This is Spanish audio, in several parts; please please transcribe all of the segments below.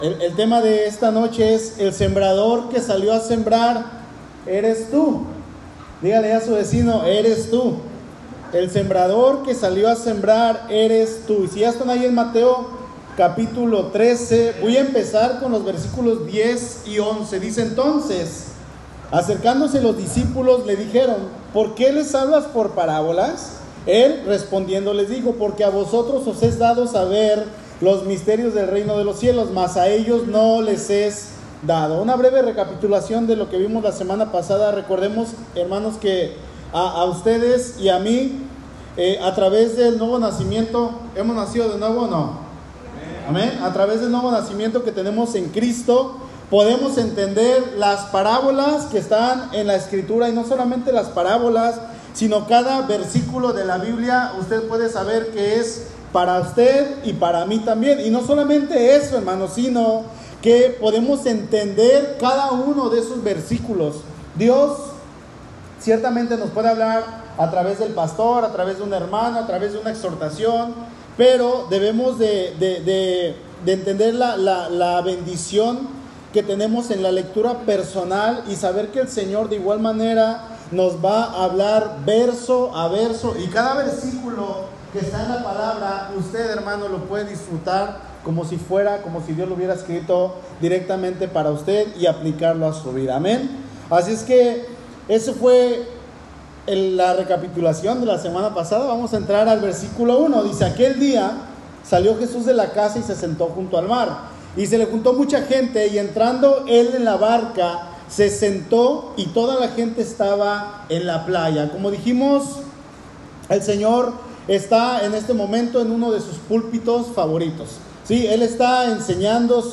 El tema de esta noche es: el sembrador que salió a sembrar eres tú. Dígale a su vecino: eres tú. El sembrador que salió a sembrar eres tú. Y si ya están ahí en Mateo capítulo 13, voy a empezar con los versículos 10 y 11. Dice: entonces, acercándose los discípulos, le dijeron: ¿por qué les hablas por parábolas? Él respondiendo les dijo: porque a vosotros os es dado saber los misterios del reino de los cielos, mas a ellos no les es dado. Una breve recapitulación de lo que vimos la semana pasada. Recordemos, hermanos, que a ustedes y a mí, a través del nuevo nacimiento, ¿hemos nacido de nuevo o no? Amén. A través del nuevo nacimiento que tenemos en Cristo, podemos entender las parábolas que están en la Escritura, y no solamente las parábolas, sino cada versículo de la Biblia. Usted puede saber que es para usted y para mí también. Y no solamente eso, hermanos, sino que podemos entender cada uno de esos versículos. Dios ciertamente nos puede hablar a través del pastor, a través de un hermano, a través de una exhortación, pero debemos de entender la bendición que tenemos en la lectura personal y saber que el Señor de igual manera nos va a hablar verso a verso, y cada versículo que está en la palabra, usted, hermano, lo puede disfrutar como si Dios lo hubiera escrito directamente para usted y aplicarlo a su vida. Amén. Así es que eso fue la recapitulación de la semana pasada. Vamos a entrar al versículo 1. Dice: aquel día salió Jesús de la casa y se sentó junto al mar, y se le juntó mucha gente, y entrando él en la barca se sentó, y toda la gente estaba en la playa. Como dijimos, el Señor está en este momento en uno de sus púlpitos favoritos. Sí, Él está enseñando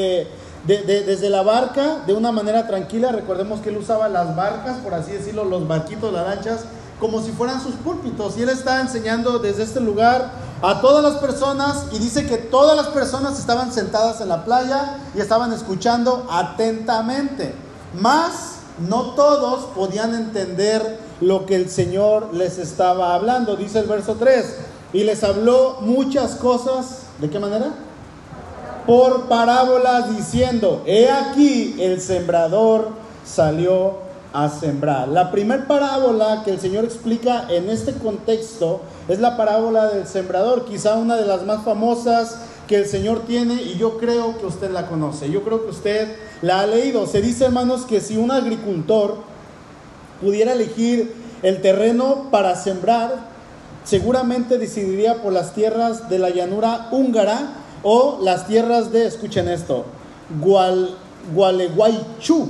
desde la barca de una manera tranquila. Recordemos que Él usaba las barcas, por así decirlo, los barquitos, las lanchas, como si fueran sus púlpitos. Y Él está enseñando desde este lugar a todas las personas, y dice que todas las personas estaban sentadas en la playa y estaban escuchando atentamente. Mas no todos podían entender lo que el Señor les estaba hablando. Dice el verso 3: y les habló muchas cosas. ¿De qué manera? Por parábolas, diciendo: he aquí el sembrador salió a sembrar. La primer parábola que el Señor explica en este contexto es la parábola del sembrador, quizá una de las más famosas que el Señor tiene, y yo creo que usted la conoce, yo creo que usted la ha leído. Se dice, hermanos, que si un agricultor pudiera elegir el terreno para sembrar, seguramente decidiría por las tierras de la llanura húngara o las tierras de, escuchen esto, Gualeguaychú,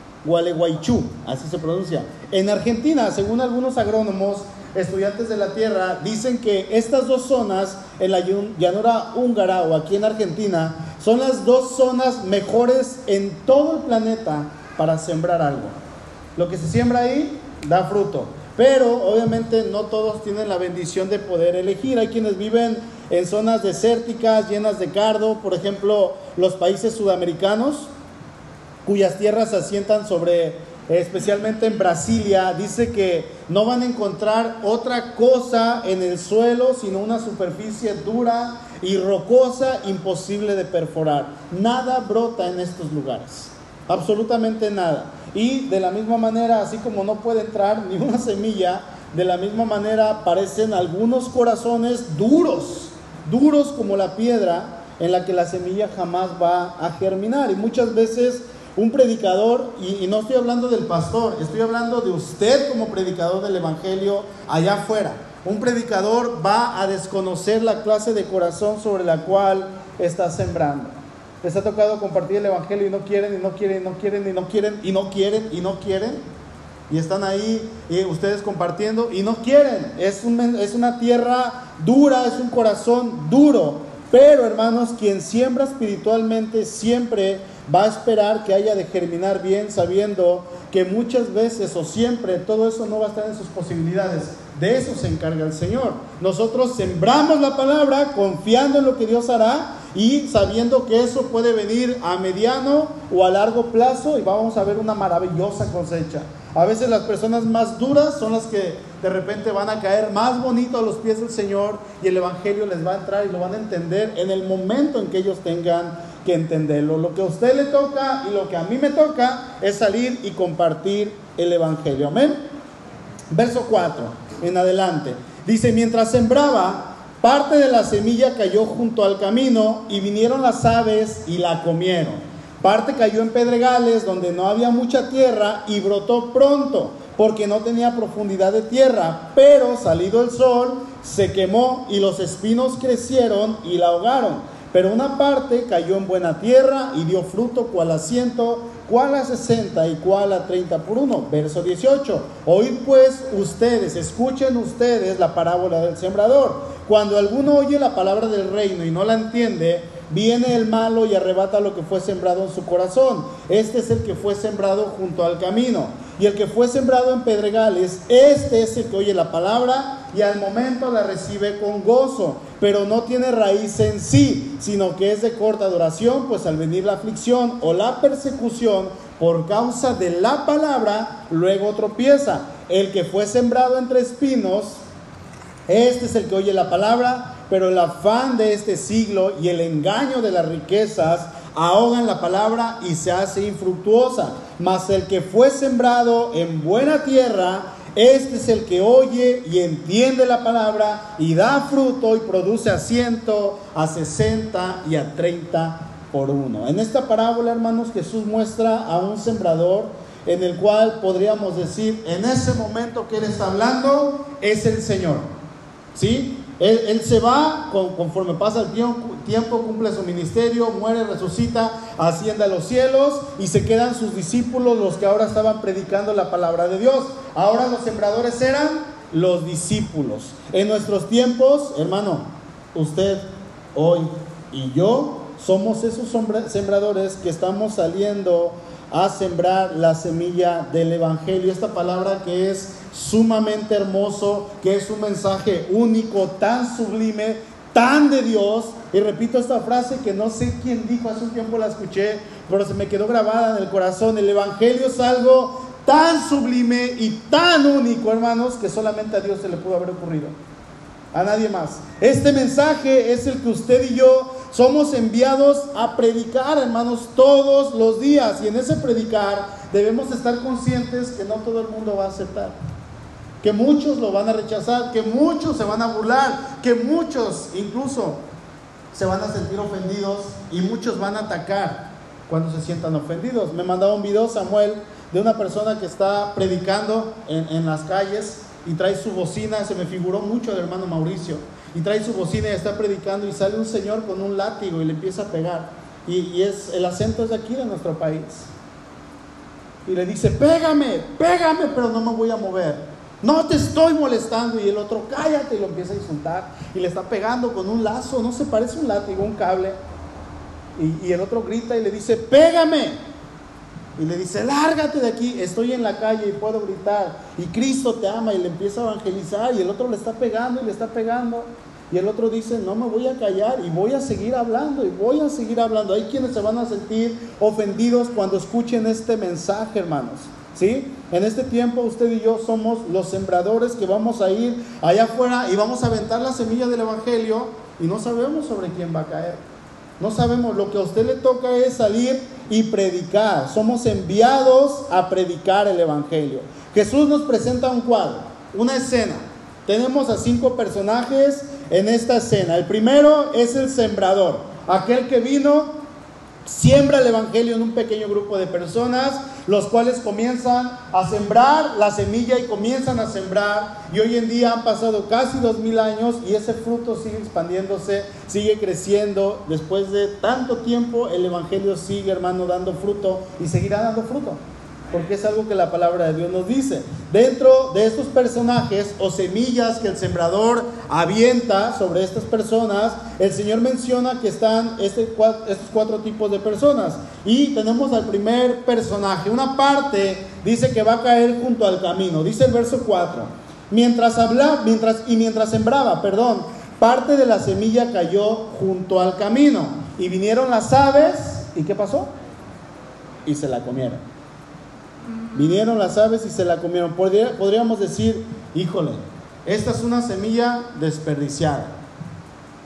así se pronuncia, en Argentina. Según algunos agrónomos, estudiantes de la tierra, dicen que estas dos zonas, en la llanura húngara o aquí en Argentina, son las dos zonas mejores en todo el planeta para sembrar algo. Lo que se siembra ahí da fruto, pero obviamente no todos tienen la bendición de poder elegir. Hay quienes viven en zonas desérticas, llenas de cardo, por ejemplo, los países sudamericanos, cuyas tierras se asientan sobre, especialmente en Brasilia, dice que no van a encontrar otra cosa en el suelo sino una superficie dura y rocosa, imposible de perforar. Nada brota en estos lugares, absolutamente nada. Y de la misma manera, así como no puede entrar ni una semilla, de la misma manera parecen algunos corazones duros como la piedra, en la que la semilla jamás va a germinar. Y muchas veces un predicador, y no estoy hablando del pastor, estoy hablando de usted como predicador del evangelio allá afuera. Un predicador va a desconocer la clase de corazón sobre la cual está sembrando. Les ha tocado compartir el evangelio y no quieren, y están ahí ustedes compartiendo y no quieren. Es una tierra dura, es un corazón duro. Pero, hermanos, quien siembra espiritualmente siempre va a esperar que haya de germinar bien, sabiendo que muchas veces o siempre todo eso no va a estar en sus posibilidades. De eso se encarga el Señor. Nosotros sembramos la palabra confiando en lo que Dios hará y sabiendo que eso puede venir a mediano o a largo plazo, y vamos a ver una maravillosa cosecha. A veces las personas más duras son las que de repente van a caer más bonito a los pies del Señor, y el evangelio les va a entrar y lo van a entender en el momento en que ellos tengan que entenderlo. Lo que a usted le toca y lo que a mí me toca es salir y compartir el Evangelio. Amén. Verso 4 en adelante. Dice, mientras sembraba, parte de la semilla cayó junto al camino y vinieron las aves y la comieron. Parte cayó en pedregales donde no había mucha tierra y brotó pronto porque no tenía profundidad de tierra, pero salido el sol se quemó y los espinos crecieron y la ahogaron. Pero una parte cayó en buena tierra y dio fruto, cual a 100, cual a 60 y cual a 30 por uno. Verso 18. Oíd pues ustedes, escuchen ustedes la parábola del sembrador. Cuando alguno oye la palabra del reino y no la entiende, viene el malo y arrebata lo que fue sembrado en su corazón. Este es el que fue sembrado junto al camino. Y el que fue sembrado en pedregales, este es el que oye la palabra y al momento la recibe con gozo, pero no tiene raíz en sí, sino que es de corta duración, pues al venir la aflicción o la persecución por causa de la palabra, luego tropieza. El que fue sembrado entre espinos, este es el que oye la palabra, pero el afán de este siglo y el engaño de las riquezas ahogan la palabra y se hace infructuosa. Mas el que fue sembrado en buena tierra, este es el que oye y entiende la palabra y da fruto y produce a 100, a 60 y a 30 por uno. En esta parábola, hermanos, Jesús muestra a un sembrador en el cual podríamos decir, en ese momento que él está hablando, es el Señor. ¿Sí? Él se va, conforme pasa el tiempo, cumple su ministerio, muere, resucita, asciende a los cielos y se quedan sus discípulos, los que ahora estaban predicando la palabra de Dios. Ahora los sembradores eran los discípulos. En nuestros tiempos, hermano, usted, hoy y yo somos esos sembradores que estamos saliendo a sembrar la semilla del Evangelio. Esta palabra que es sumamente hermoso, que es un mensaje único, tan sublime, tan de Dios. Y repito esta frase que no sé quién dijo, hace un tiempo la escuché, pero se me quedó grabada en el corazón. El Evangelio es algo tan sublime y tan único, hermanos, que solamente a Dios se le pudo haber ocurrido, a nadie más. Este mensaje es el que usted y yo somos enviados a predicar, hermanos, todos los días. Y en ese predicar debemos estar conscientes que no todo el mundo va a aceptar, que muchos lo van a rechazar, que muchos se van a burlar, que muchos incluso se van a sentir ofendidos y muchos van a atacar cuando se sientan ofendidos. Me mandaba un video, Samuel, de una persona que está predicando en las calles y trae su bocina. Se me figuró mucho el hermano Mauricio, y trae su bocina y está predicando y sale un señor con un látigo y le empieza a pegar, y el acento es de aquí, de nuestro país, y le dice, pégame, pero no me voy a mover, no te estoy molestando. Y el otro, cállate, y lo empieza a insultar y le está pegando con un lazo, no se parece un látigo, un cable, y el otro grita y le dice, pégame. Y le dice, lárgate de aquí, estoy en la calle y puedo gritar, y Cristo te ama, y le empieza a evangelizar, y el otro le está pegando y le está pegando, y el otro dice, no me voy a callar y voy a seguir hablando y voy a seguir hablando. Hay quienes se van a sentir ofendidos cuando escuchen este mensaje, hermanos, ¿sí? En este tiempo usted y yo somos los sembradores que vamos a ir allá afuera y vamos a aventar la semilla del Evangelio y no sabemos sobre quién va a caer. No sabemos, lo que a usted le toca es salir y predicar. Somos enviados a predicar el Evangelio. Jesús nos presenta un cuadro, una escena. Tenemos a 5 personajes en esta escena. El primero es el sembrador, aquel que vino, siembra el Evangelio en un pequeño grupo de personas, los cuales comienzan a sembrar la semilla y comienzan a sembrar, y hoy en día han pasado casi 2000 años y ese fruto sigue expandiéndose, sigue creciendo. Después de tanto tiempo el Evangelio sigue, hermano, dando fruto y seguirá dando fruto, porque es algo que la palabra de Dios nos dice. Dentro de estos personajes o semillas que el sembrador avienta sobre estas personas, el Señor menciona que están estos 4 tipos de personas. Y tenemos al primer personaje. Una parte dice que va a caer junto al camino. Dice el verso 4. Mientras sembraba, parte de la semilla cayó junto al camino. Y vinieron las aves. ¿Y qué pasó? Y se la comieron. Vinieron las aves y se la comieron. Podríamos decir, híjole, esta es una semilla desperdiciada.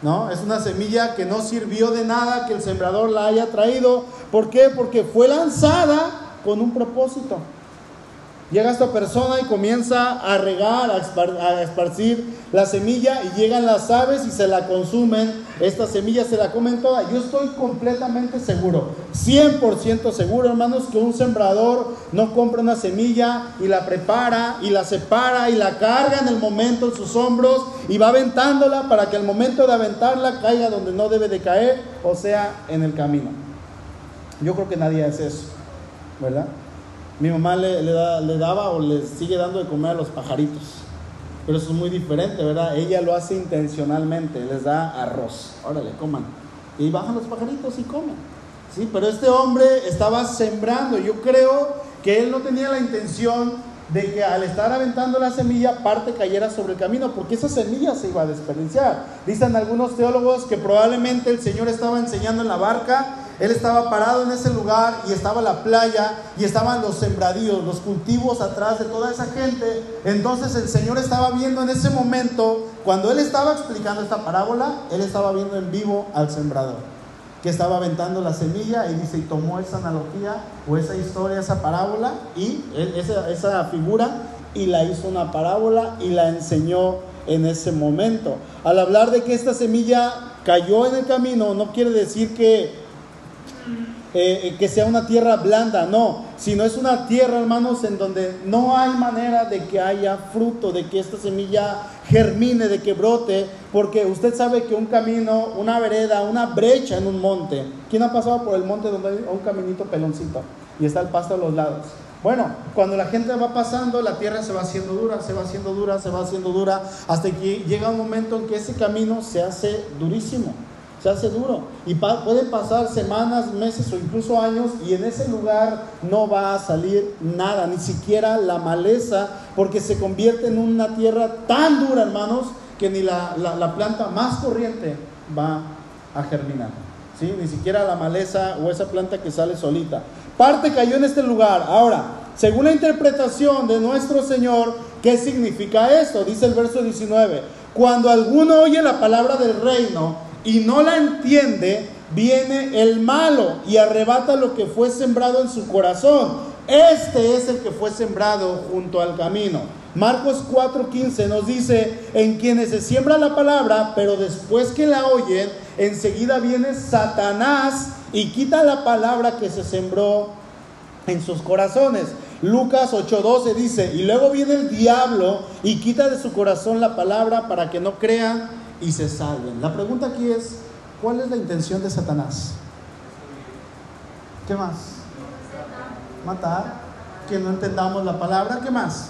¿no? Es una semilla que no sirvió de nada que el sembrador la haya traído. ¿Por qué? Porque fue lanzada con un propósito. Llega esta persona y comienza a regar, a esparcir la semilla, y llegan las aves y se la consumen. Esta semilla se la comen toda. Yo estoy completamente seguro, 100% seguro, hermanos, que un sembrador no compra una semilla y la prepara y la separa y la carga en el momento en sus hombros y va aventándola para que al momento de aventarla caiga donde no debe de caer, o sea, en el camino. Yo creo que nadie hace eso, ¿verdad? Mi mamá le daba o le sigue dando de comer a los pajaritos, pero eso es muy diferente, ¿verdad? Ella lo hace intencionalmente, les da arroz, órale, coman, y bajan los pajaritos y comen, ¿sí? Pero este hombre estaba sembrando. Yo creo que él no tenía la intención de que al estar aventando la semilla, parte cayera sobre el camino, porque esa semilla se iba a desperdiciar. Dicen algunos teólogos que probablemente el Señor estaba enseñando en la barca. Él estaba parado en ese lugar y estaba la playa y estaban los sembradíos, los cultivos atrás de toda esa gente. Entonces el Señor estaba viendo en ese momento, cuando Él estaba explicando esta parábola, Él estaba viendo en vivo al sembrador, que estaba aventando la semilla, y dice, y tomó esa analogía o esa historia, esa parábola, y esa figura, y la hizo una parábola y la enseñó en ese momento. Al hablar de que esta semilla cayó en el camino, no quiere decir que sea una tierra blanda, no, sino es una tierra, hermanos, en donde no hay manera de que haya fruto, de que esta semilla germine, de que brote, porque usted sabe que un camino, una vereda, una brecha en un monte, ¿quién ha pasado por el monte donde hay un caminito peloncito y está el pasto a los lados? Bueno, cuando la gente va pasando, la tierra se va haciendo dura, se va haciendo dura, se va haciendo dura, hasta que llega un momento en que ese camino se hace durísimo, se hace duro, y pueden pasar semanas, meses o incluso años, y en ese lugar no va a salir nada, ni siquiera la maleza, porque se convierte en una tierra tan dura, hermanos, que ni la planta más corriente va a germinar, ¿sí? Ni siquiera la maleza o esa planta que sale solita. Parte cayó en este lugar. Ahora, según la interpretación de nuestro Señor, ¿qué significa esto? Dice el verso 19: cuando alguno oye la palabra del reino y no la entiende, viene el malo y arrebata lo que fue sembrado en su corazón. Este es el que fue sembrado junto al camino. Marcos 4:15 nos dice, en quienes se siembra la palabra, pero después que la oyen, enseguida viene Satanás y quita la palabra que se sembró en sus corazones. Lucas 8:12 dice, y luego viene el diablo y quita de su corazón la palabra para que no crean y se salven. La pregunta aquí es, ¿cuál es la intención de Satanás? ¿Qué más? Matar, que no entendamos la palabra. ¿Qué más?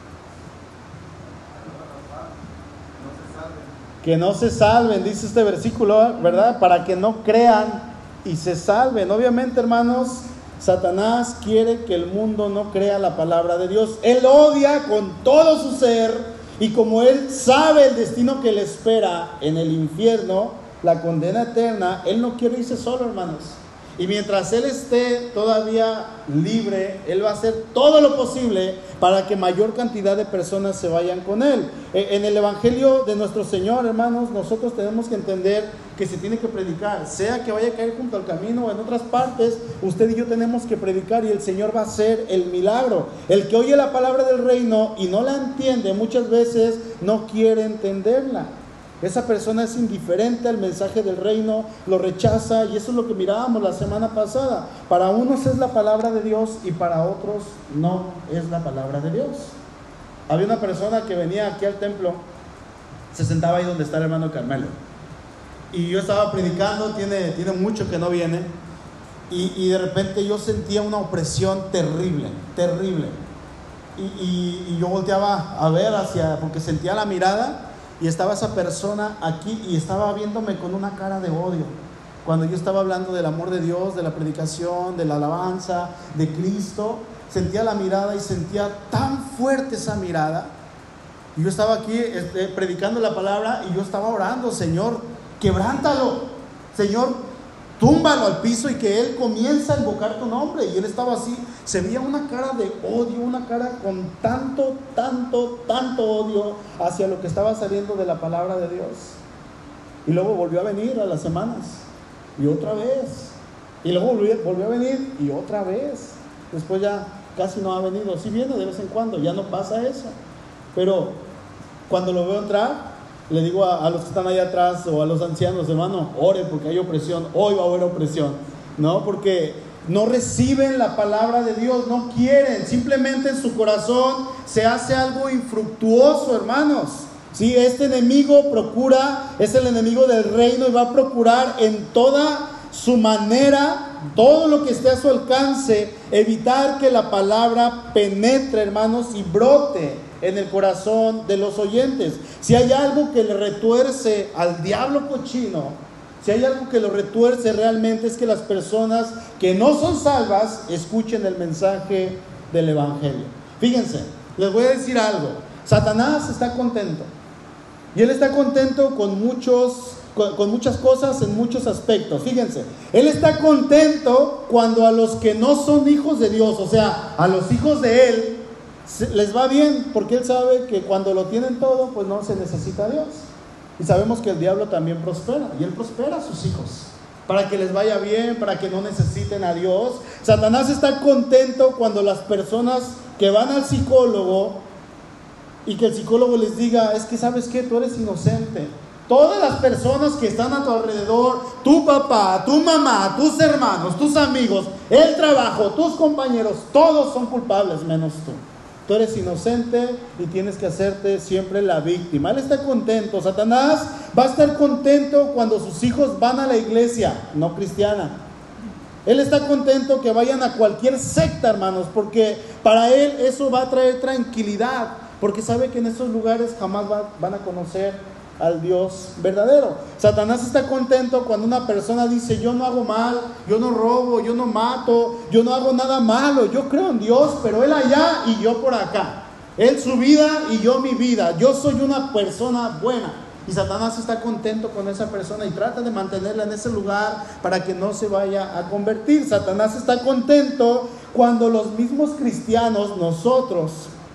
Que no se salven, dice este versículo, ¿verdad? Para que no crean y se salven. Obviamente, hermanos, Satanás quiere que el mundo no crea la palabra de Dios. Él odia con todo su ser, y como él sabe el destino que le espera en el infierno, la condena eterna, él no quiere irse solo, hermanos. Y mientras él esté todavía libre, él va a hacer todo lo posible para que mayor cantidad de personas se vayan con él. En el Evangelio de nuestro Señor, hermanos, nosotros tenemos que entender que se tiene que predicar, sea que vaya a caer junto al camino o en otras partes, usted y yo tenemos que predicar, y el Señor va a hacer el milagro. El que oye la palabra del reino y no la entiende, muchas veces no quiere entenderla. Esa persona es indiferente al mensaje del reino, lo rechaza, y eso es lo que mirábamos la semana pasada. Para unos es la palabra de Dios y para otros no es la palabra de Dios. Había una persona que venía aquí al templo, se sentaba ahí donde está el hermano Carmelo, y yo estaba predicando, tiene mucho que no viene, y de repente yo sentía una opresión terrible, terrible, y yo volteaba a ver porque sentía la mirada. Y estaba esa persona aquí y estaba viéndome con una cara de odio. Cuando yo estaba hablando del amor de Dios, de la predicación, de la alabanza, de Cristo, sentía la mirada y sentía tan fuerte esa mirada. Y yo estaba aquí predicando la palabra y yo estaba orando, Señor, quebrántalo. Señor, túmbalo al piso y que él comienza a invocar tu nombre. Y él estaba así, se veía una cara de odio, una cara con tanto odio hacia lo que estaba saliendo de la palabra de Dios. Y luego volvió a venir a las semanas. Y otra vez. Y luego volvió a venir y otra vez. Después ya casi no ha venido. Sí viene de vez en cuando, ya no pasa eso. Pero cuando lo veo entrar, le digo a los que están allá atrás o a los ancianos, hermano, oren porque hay opresión. Hoy va a haber opresión, ¿no? Porque no reciben la palabra de Dios, no quieren. Simplemente en su corazón se hace algo infructuoso, hermanos. Sí, este enemigo procura, es el enemigo del reino y va a procurar en toda su manera, todo lo que esté a su alcance, evitar que la palabra penetre, hermanos, y brote en el corazón de los oyentes. Si hay algo que le retuerce al diablo cochino, si hay algo que lo retuerce realmente, es que las personas que no son salvas escuchen el mensaje del evangelio. Fíjense, les voy a decir algo. Satanás está contento. Y él está contento con muchas cosas en muchos aspectos. Fíjense, él está contento cuando a los que no son hijos de Dios, o sea, a los hijos de él, les va bien, porque él sabe que cuando lo tienen todo, pues no se necesita a Dios. Y sabemos que el diablo también prospera, y él prospera a sus hijos, para que les vaya bien, para que no necesiten a Dios. Satanás está contento cuando las personas que van al psicólogo, y que el psicólogo les diga, es que ¿sabes qué? Tú eres inocente. Todas las personas que están a tu alrededor, tu papá, tu mamá, tus hermanos, tus amigos, el trabajo, tus compañeros, todos son culpables menos tú. Tú eres inocente y tienes que hacerte siempre la víctima. Él está contento. Satanás va a estar contento cuando sus hijos van a la iglesia, no cristiana. Él está contento que vayan a cualquier secta, hermanos, porque para él eso va a traer tranquilidad. Porque sabe que en esos lugares jamás van a conocer al Dios verdadero. Satanás está contento cuando una persona dice, yo no hago mal, yo no robo, yo no mato, yo no hago nada malo, yo creo en Dios, pero él allá y yo por acá. Él su vida y yo mi vida. Yo soy una persona buena. Y Satanás está contento con esa persona y trata de mantenerla en ese lugar para que no se vaya a convertir. Satanás está contento cuando los mismos cristianos, nosotros,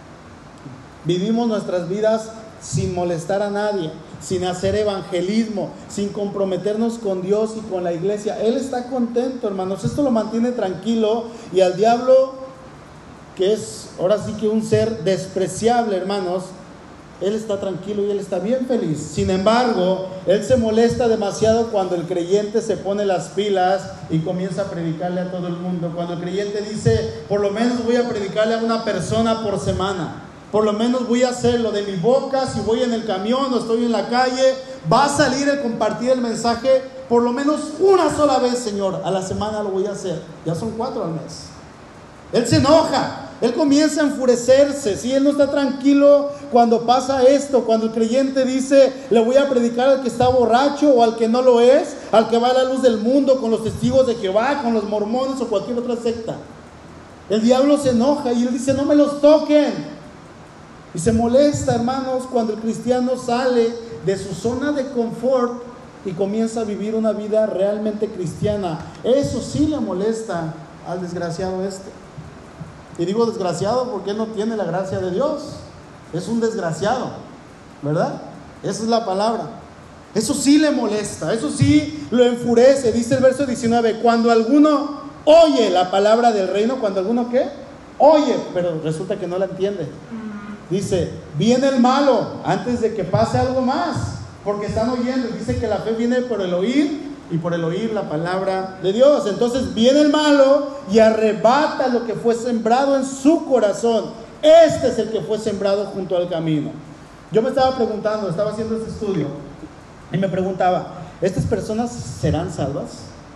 vivimos nuestras vidas sin molestar a nadie, sin hacer evangelismo, sin comprometernos con Dios y con la iglesia. Él está contento, hermanos. Esto lo mantiene tranquilo, y al diablo, que es ahora sí que un ser despreciable, hermanos, él está tranquilo y él está bien feliz. Sin embargo, él se molesta demasiado cuando el creyente se pone las pilas y comienza a predicarle a todo el mundo. Cuando el creyente dice, por lo menos voy a predicarle a una persona por semana. Por lo menos voy a hacerlo de mi boca. Si voy en el camión o estoy en la calle, va a salir el compartir el mensaje por lo menos una sola vez, Señor. A la semana lo voy a hacer. Ya son 4 al mes. Él se enoja. Él comienza a enfurecerse. Si él no está tranquilo cuando pasa esto, cuando el creyente dice, le voy a predicar al que está borracho o al que no lo es, al que va a la luz del mundo con los testigos de Jehová, con los mormones o cualquier otra secta. El diablo se enoja y él dice, no me los toquen. Y se molesta, hermanos, cuando el cristiano sale de su zona de confort y comienza a vivir una vida realmente cristiana. Eso sí le molesta al desgraciado este. Y digo desgraciado porque él no tiene la gracia de Dios. Es un desgraciado, ¿verdad? Esa es la palabra. Eso sí le molesta, eso sí lo enfurece. Dice el verso 19, cuando alguno oye la palabra del reino, cuando alguno ¿qué? Oye, pero resulta que no la entiende. Dice, viene el malo antes de que pase algo más, porque están oyendo. Dice que la fe viene por el oír, y por el oír la palabra de Dios. Entonces viene el malo y arrebata lo que fue sembrado en su corazón. Este es el que fue sembrado junto al camino. Yo me estaba preguntando, estaba haciendo este estudio y me preguntaba, ¿estas personas serán salvas?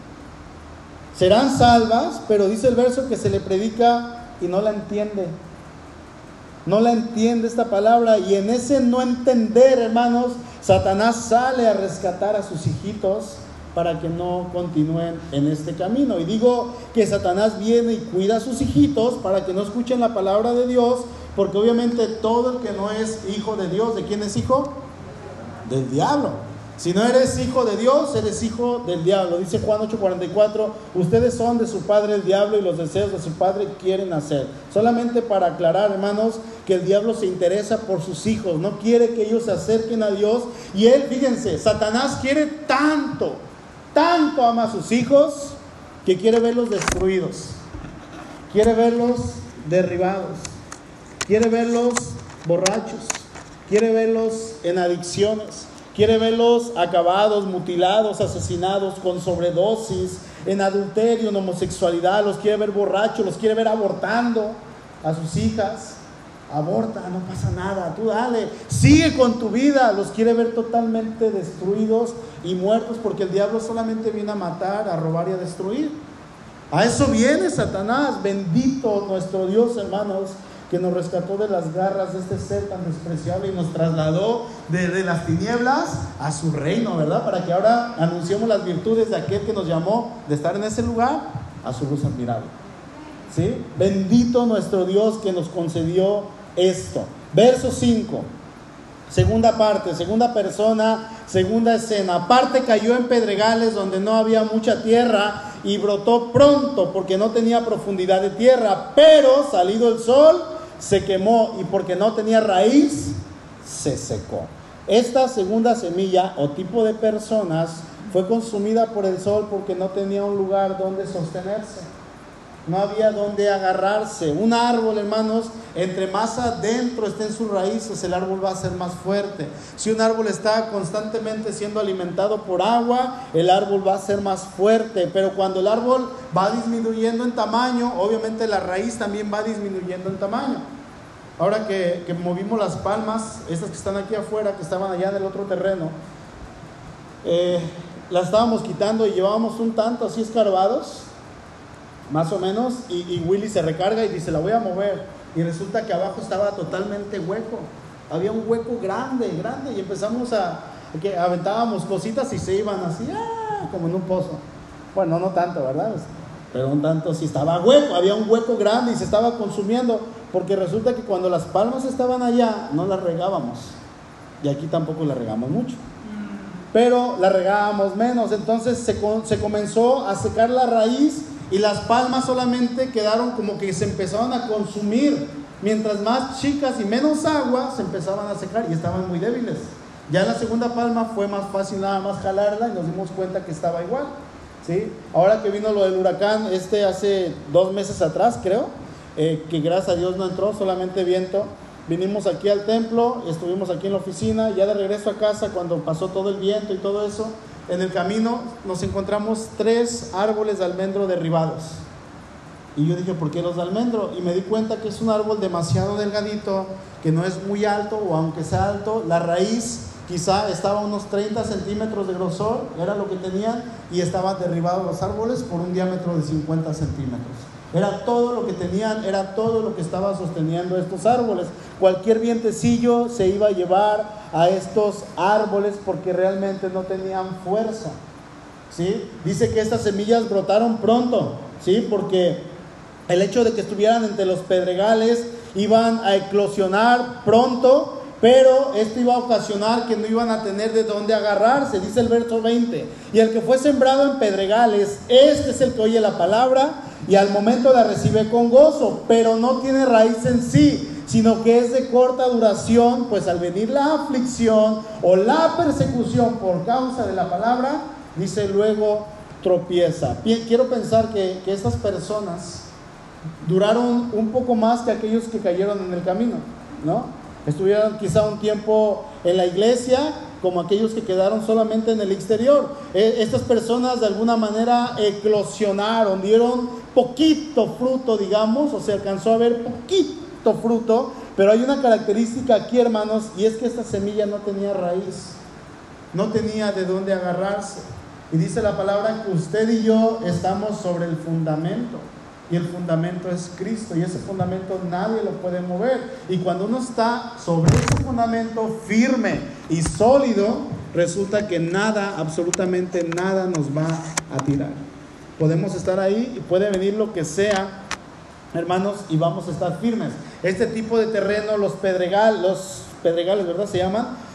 Serán salvas, pero dice el verso que se le predica y no la entiende. No la entiende esta palabra, y en ese no entender, hermanos, Satanás sale a rescatar a sus hijitos para que no continúen en este camino. Y digo que Satanás viene y cuida a sus hijitos para que no escuchen la palabra de Dios, porque obviamente todo el que no es hijo de Dios, ¿de quién es hijo? Del diablo. Si no eres hijo de Dios, eres hijo del diablo. Dice Juan 8:44, ustedes son de su padre el diablo y los deseos de su padre quieren hacer. Solamente para aclarar, hermanos, que el diablo se interesa por sus hijos, no quiere que ellos se acerquen a Dios. Y él, fíjense, Satanás quiere tanto ama a sus hijos, que quiere verlos destruidos, quiere verlos derribados, quiere verlos borrachos, quiere verlos en adicciones, quiere verlos acabados, mutilados, asesinados, con sobredosis, en adulterio, en homosexualidad. Los quiere ver borrachos, los quiere ver abortando a sus hijas. Aborta, no pasa nada, tú dale, sigue con tu vida. Los quiere ver totalmente destruidos y muertos, porque el diablo solamente viene a matar, a robar y a destruir. A eso viene Satanás. Bendito nuestro Dios, hermanos, que nos rescató de las garras de este ser tan despreciable y nos trasladó de las tinieblas a su reino, ¿verdad? Para que ahora anunciemos las virtudes de aquel que nos llamó de estar en ese lugar a su luz admirable. ¿Sí? Bendito nuestro Dios que nos concedió esto. Verso 5, segunda parte, segunda persona, segunda escena. Aparte cayó en pedregales donde no había mucha tierra y brotó pronto porque no tenía profundidad de tierra, pero salido el sol se quemó y porque no tenía raíz se secó. Esta segunda semilla o tipo de personas fue consumida por el sol porque no tenía un lugar donde sostenerse. No había donde agarrarse. Un árbol, hermanos, entre más adentro esté en sus raíces, el árbol va a ser más fuerte. Si un árbol está constantemente siendo alimentado por agua, el árbol va a ser más fuerte. Pero cuando el árbol va disminuyendo en tamaño, obviamente la raíz también va disminuyendo en tamaño. Ahora que movimos las palmas, estas que están aquí afuera, que estaban allá en el otro terreno, las estábamos quitando y llevábamos un tanto así escarbados, más o menos, y Willy se recarga y dice, la voy a mover, y resulta que abajo estaba totalmente hueco, había un hueco grande, y empezamos que aventábamos cositas y se iban así, como en un pozo. Bueno, no tanto, ¿verdad? Pero un tanto sí estaba hueco, había un hueco grande y se estaba consumiendo, porque resulta que cuando las palmas estaban allá, no las regábamos, y aquí tampoco las regamos mucho, pero las regábamos menos. Entonces se comenzó a secar la raíz, y las palmas solamente quedaron como que se empezaron a consumir. Mientras más chicas y menos agua, se empezaban a secar y estaban muy débiles. Ya en la segunda palma fue más fácil nada más jalarla y nos dimos cuenta que estaba igual, ¿sí? Ahora que vino lo del huracán, hace 2 meses atrás, creo, que gracias a Dios no entró, solamente viento. Vinimos aquí al templo, estuvimos aquí en la oficina, ya de regreso a casa, cuando pasó todo el viento y todo eso, en el camino nos encontramos 3 árboles de almendro derribados. Y yo dije, ¿por qué los de almendro? Y me di cuenta que es un árbol demasiado delgadito, que no es muy alto, o aunque sea alto, la raíz quizá estaba a unos 30 centímetros de grosor, era lo que tenían, y estaban derribados los árboles por un diámetro de 50 centímetros. Era todo lo que tenían, era todo lo que estaba sosteniendo estos árboles. Cualquier vientecillo se iba a llevar a estos árboles porque realmente no tenían fuerza, ¿sí? Dice que estas semillas brotaron pronto, ¿sí? Porque el hecho de que estuvieran entre los pedregales iban a eclosionar pronto, pero esto iba a ocasionar que no iban a tener de dónde agarrarse. Dice el verso 20, y el que fue sembrado en pedregales, este es el que oye la palabra y al momento la recibe con gozo, pero no tiene raíz en sí, sino que es de corta duración, pues al venir la aflicción o la persecución por causa de la palabra, dice luego tropieza. Quiero pensar que estas personas duraron un poco más que aquellos que cayeron en el camino, ¿no? Estuvieron quizá un tiempo en la iglesia, como aquellos que quedaron solamente en el exterior. Estas personas de alguna manera eclosionaron, dieron poquito fruto, digamos, o se alcanzó a ver poquito fruto, pero hay una característica aquí, hermanos, y es que esta semilla no tenía raíz, no tenía de dónde agarrarse. Y dice la palabra que usted y yo estamos sobre el fundamento, y el fundamento es Cristo, y ese fundamento nadie lo puede mover. Y cuando uno está sobre ese fundamento firme y sólido, resulta que nada, absolutamente nada nos va a tirar. Podemos estar ahí y puede venir lo que sea, hermanos, y vamos a estar firmes. Este tipo de terreno, los pedregales, ¿verdad? Se llaman.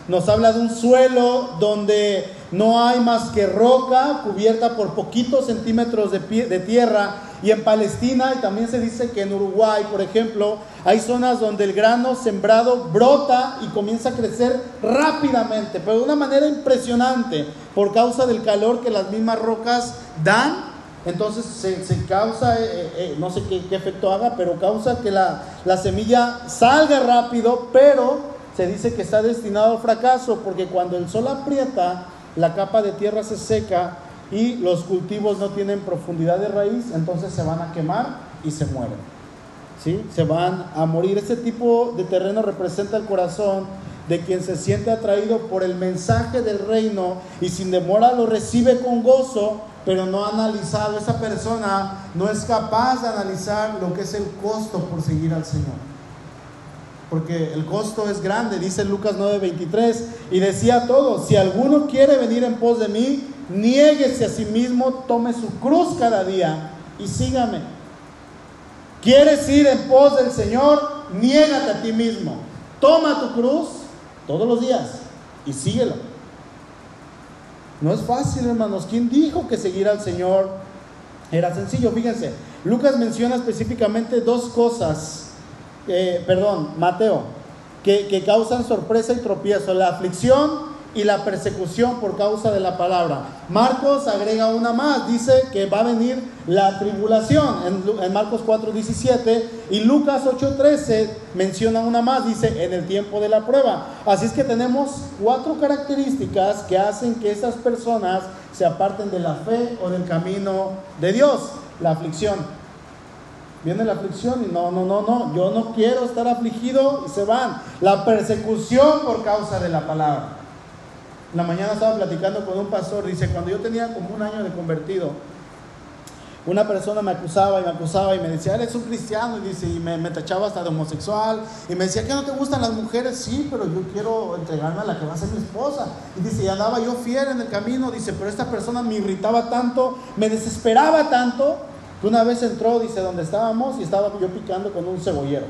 nos habla de un suelo donde no hay más que roca cubierta por poquitos centímetros de tierra. Y en Palestina, y también se dice que en Uruguay, por ejemplo, hay zonas donde el grano sembrado brota y comienza a crecer rápidamente, pero de una manera impresionante, por causa del calor que las mismas rocas dan. Entonces se causa, no sé qué efecto haga, pero causa que la semilla salga rápido, pero se dice que está destinado al fracaso, porque cuando el sol aprieta, la capa de tierra se seca y los cultivos no tienen profundidad de raíz, entonces se van a quemar y se mueren, ¿sí? Se van a morir. Este tipo de terreno representa el corazón de quien se siente atraído por el mensaje del reino y sin demora lo recibe con gozo, pero no ha analizado. Esa persona no es capaz de analizar lo que es el costo por seguir al Señor, porque el costo es grande. Dice Lucas 9:23, y decía a todos: si alguno quiere venir en pos de mí, niéguese a sí mismo, tome su cruz cada día y sígame. ¿Quieres ir en pos del Señor? Niégate a ti mismo, toma tu cruz todos los días y síguelo. No es fácil, hermanos. ¿Quién dijo que seguir al Señor era sencillo? Fíjense, Lucas menciona específicamente dos cosas, Mateo, que causan sorpresa y tropiezo: la aflicción y la persecución por causa de la palabra. Marcos agrega una más, dice que va a venir la tribulación en Marcos 4:17, y Lucas 8:13 menciona una más, dice en el tiempo de la prueba. Así es que tenemos 4 características que hacen que esas personas se aparten de la fe o del camino de Dios. La aflicción. Viene la aflicción y no, yo no quiero estar afligido, y se van. La persecución por causa de la palabra. En la mañana estaba platicando con un pastor, dice: cuando yo tenía como 1 año de convertido, una persona me acusaba y me decía: eres un cristiano, y dice, y me tachaba hasta de homosexual, y me decía: ¿qué no te gustan las mujeres? Sí, pero yo quiero entregarme a la que va a ser mi esposa. Y dice, y andaba yo fiel en el camino, dice, pero esta persona me irritaba tanto, me desesperaba tanto, que una vez entró, dice, donde estábamos, y estaba yo picando con un cebollero.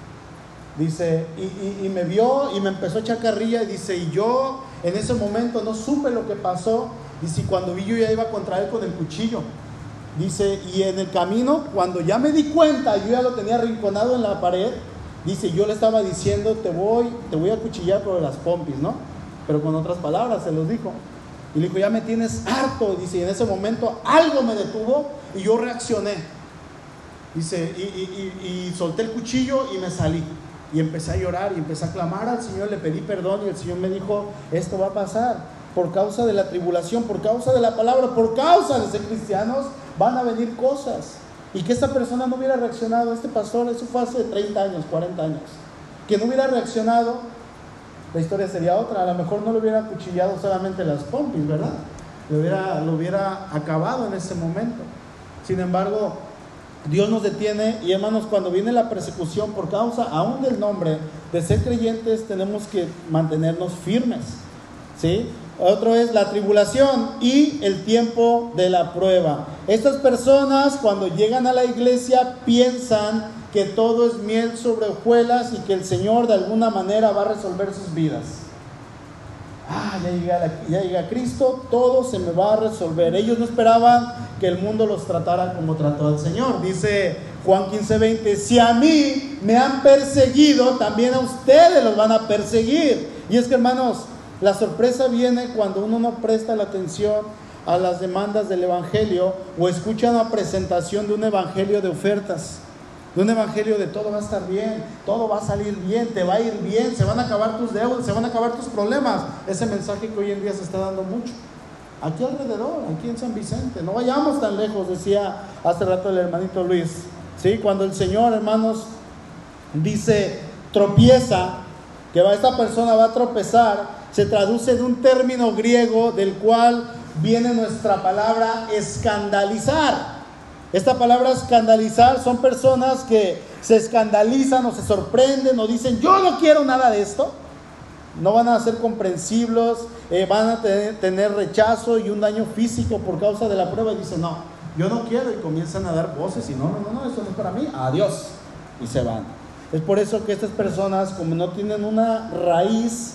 Dice, y me vio y me empezó a echar carrilla, y dice, y yo en ese momento no supe lo que pasó. Dice, y cuando vi, yo ya iba contra él con el cuchillo. Dice, y en el camino, cuando ya me di cuenta, yo ya lo tenía arrinconado en la pared. Dice, yo le estaba diciendo: te voy a cuchillar por las pompis, ¿no? Pero con otras palabras se los dijo. Y le dijo: ya me tienes harto. Dice, y en ese momento algo me detuvo y yo reaccioné. Dice, y solté el cuchillo y me salí. Y empecé a llorar y empecé a clamar al Señor, le pedí perdón, y el Señor me dijo: esto va a pasar por causa de la tribulación, por causa de la palabra, por causa de ser cristianos, van a venir cosas. Y que esta persona no hubiera reaccionado, este pastor, eso fue hace 30 años, 40 años, que no hubiera reaccionado, la historia sería otra. A lo mejor no le hubiera cuchillado solamente las pompis, ¿verdad? Lo hubiera acabado en ese momento. Sin embargo, Dios nos detiene, y hermanos, cuando viene la persecución por causa aún del nombre de ser creyentes, tenemos que mantenernos firmes, ¿sí? Otro es la tribulación y el tiempo de la prueba. Estas personas, cuando llegan a la iglesia, piensan que todo es miel sobre hojuelas y que el Señor de alguna manera va a resolver sus vidas. Ya llega Cristo, todo se me va a resolver. Ellos no esperaban que el mundo los tratara como trató al Señor. Dice Juan 15:20, si a mí me han perseguido, también a ustedes los van a perseguir. Y es que, hermanos, la sorpresa viene cuando uno no presta la atención a las demandas del evangelio, o escucha una presentación de un evangelio de ofertas, de un evangelio de todo va a estar bien, todo va a salir bien, te va a ir bien, se van a acabar tus deudas, se van a acabar tus problemas. Ese mensaje que hoy en día se está dando mucho aquí alrededor, aquí en San Vicente. No vayamos tan lejos, decía hace rato el hermanito Luis, ¿sí? Cuando el Señor, hermanos, dice tropieza, que esta persona va a tropezar, se traduce de un término griego del cual viene nuestra palabra escandalizar. Esta palabra escandalizar son personas que se escandalizan o se sorprenden o dicen: yo no quiero nada de esto. No van a ser comprensibles, van a tener rechazo y un daño físico por causa de la prueba, y dicen: no, yo no quiero, y comienzan a dar voces y no, esto no es para mí, adiós, y se van. Es por eso que estas personas, como no tienen una raíz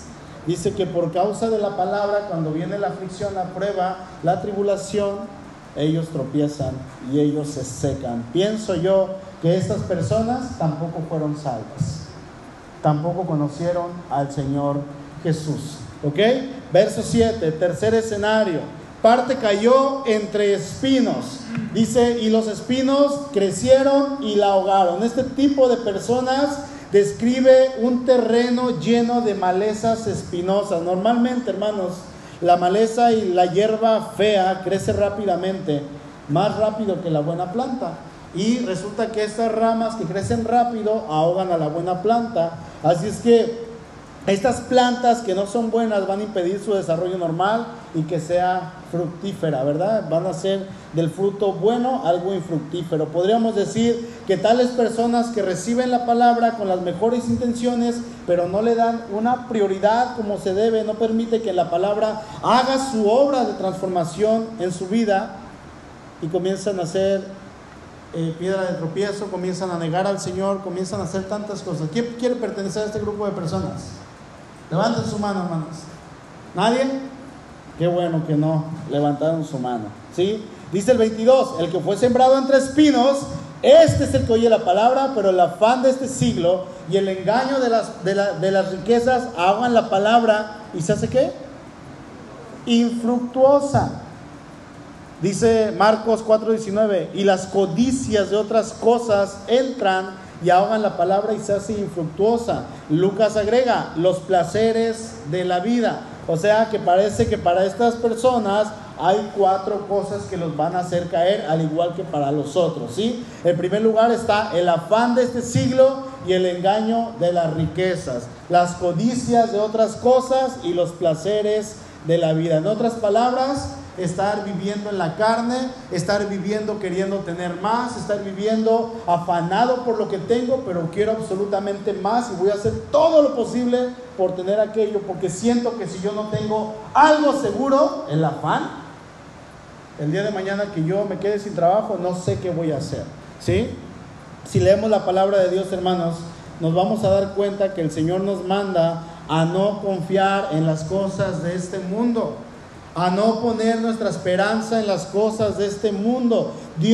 dice que por causa de la palabra, cuando viene la aflicción, la prueba, la tribulación, ellos tropiezan y ellos se secan. Pienso yo que estas personas tampoco fueron salvas, tampoco conocieron al Señor Jesús. ¿Ok? Verso 7, tercer escenario. Parte cayó entre espinos. Dice, y los espinos crecieron y la ahogaron. Este tipo de personas describe un terreno lleno de malezas espinosas. Normalmente, hermanos, la maleza y la hierba fea crece rápidamente, más rápido que la buena planta. Y resulta que estas ramas que crecen rápido ahogan a la buena planta. Así es que estas plantas que no son buenas van a impedir su desarrollo normal y que sea fructífera, ¿verdad? Van a hacer del fruto bueno algo infructífero. Podríamos decir que tales personas que reciben la palabra con las mejores intenciones, pero no le dan una prioridad como se debe, no permite que la palabra haga su obra de transformación en su vida, y comienzan a hacer piedra de tropiezo, comienzan a negar al Señor, comienzan a hacer tantas cosas. ¿Quién quiere pertenecer a este grupo de personas? Levanten su mano, hermanos. ¿Nadie? Qué bueno que no levantaron su mano, ¿sí? Dice el 22, el que fue sembrado entre espinos, este es el que oye la palabra, pero el afán de este siglo y el engaño de las riquezas ahogan la palabra y se hace ¿qué? Infructuosa. Dice Marcos 4:19, y las codicias de otras cosas entran y ahogan la palabra y se hace infructuosa. Lucas agrega, los placeres de la vida. O sea que parece que para estas personas hay 4 cosas que los van a hacer caer, al igual que para los otros, ¿sí? En primer lugar está el afán de este siglo y el engaño de las riquezas, las codicias de otras cosas y los placeres de la vida. En otras palabras, estar viviendo en la carne, estar viviendo queriendo tener más, estar viviendo afanado por lo que tengo, pero quiero absolutamente más y voy a hacer todo lo posible por tener aquello, porque siento que si yo no tengo algo seguro, el afán, el día de mañana que yo me quede sin trabajo, no sé qué voy a hacer, ¿sí? Si leemos la palabra de Dios, hermanos, nos vamos a dar cuenta que el Señor nos manda a no confiar en las cosas de este mundo, a no poner nuestra esperanza en las cosas de este mundo.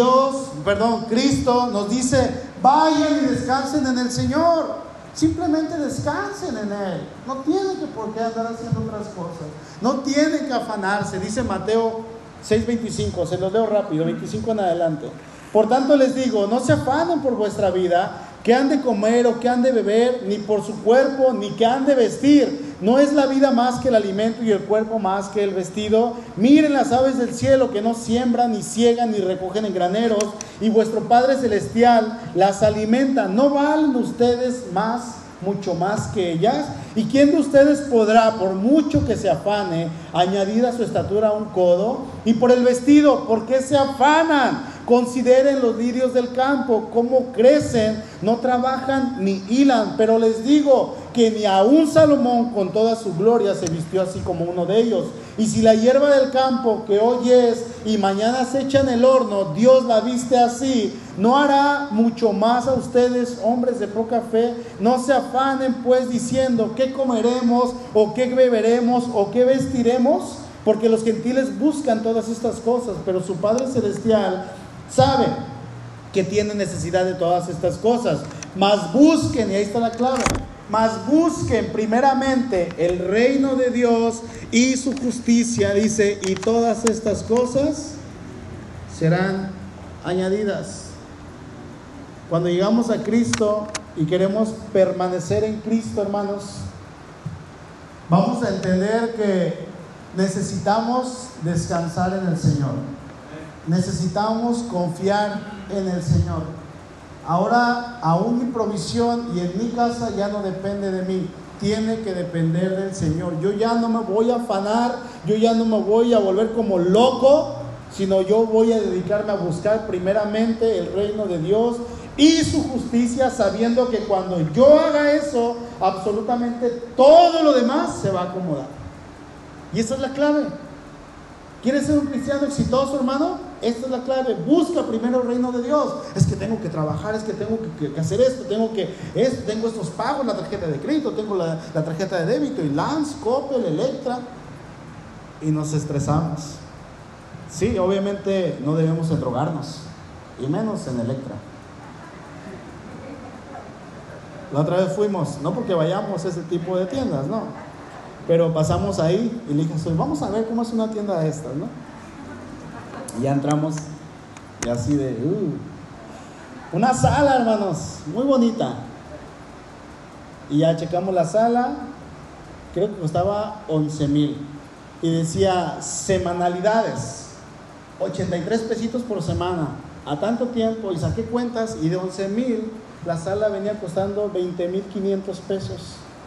Cristo nos dice, vayan y descansen en el Señor. Simplemente descansen en Él. No tienen que por qué andar haciendo otras cosas. No tienen que afanarse. Dice Mateo 6:25, se los leo rápido, 25 en adelante. Por tanto les digo, no se afanen por vuestra vida, que han de comer o que han de beber, ni por su cuerpo, ni que han de vestir. ¿No es la vida más que el alimento y el cuerpo más que el vestido? Miren las aves del cielo, que no siembran, ni ciegan, ni recogen en graneros, y vuestro Padre Celestial las alimenta. ¿No valen ustedes mucho más que ellas? ¿Y quién de ustedes podrá, por mucho que se afane, añadir a su estatura un codo? Y por el vestido, ¿por qué se afanan? Consideren los lirios del campo, cómo crecen, no trabajan ni hilan, pero les digo que ni aun Salomón con toda su gloria se vistió así como uno de ellos. Y si la hierba del campo, que hoy es y mañana se echa en el horno, Dios la viste así, ¿no hará mucho más a ustedes, hombres de poca fe? No se afanen pues diciendo, ¿qué comeremos, o qué beberemos, o qué vestiremos? Porque los gentiles buscan todas estas cosas, pero su Padre Celestial sabe que tienen necesidad de todas estas cosas. Mas busquen, y ahí está la clave, mas busquen primeramente el reino de Dios y su justicia, dice, y todas estas cosas serán añadidas. Cuando llegamos a Cristo y queremos permanecer en Cristo, hermanos, vamos a entender que necesitamos descansar en el Señor. Necesitamos confiar en el Señor. Ahora, aún mi provisión y en mi casa ya no depende de mí, tiene que depender del Señor. Yo ya no me voy a afanar, yo ya no me voy a volver como loco, sino yo voy a dedicarme a buscar primeramente el reino de Dios y su justicia, sabiendo que cuando yo haga eso, absolutamente todo lo demás se va a acomodar. Y esa es la clave. ¿Quieres ser un cristiano exitoso, hermano? Esta es la clave. Busca primero el reino de Dios. Es que tengo que trabajar, es que tengo que hacer esto, tengo estos pagos, la tarjeta de crédito, tengo la tarjeta de débito, y Lance, Coppel, Electra, y nos estresamos. Sí, obviamente no debemos de drogarnos, y menos en Electra. La otra vez fuimos, no porque vayamos a ese tipo de tiendas, no, pero pasamos ahí y le dije, vamos a ver cómo es una tienda de estas, ¿no? Y ya entramos y así de, una sala, hermanos, muy bonita. Y ya checamos la sala, creo que costaba 11,000. Y decía, semanalidades, 83 pesitos por semana, a tanto tiempo. Y saqué cuentas y de 11,000, la sala venía costando 20,500 pesos.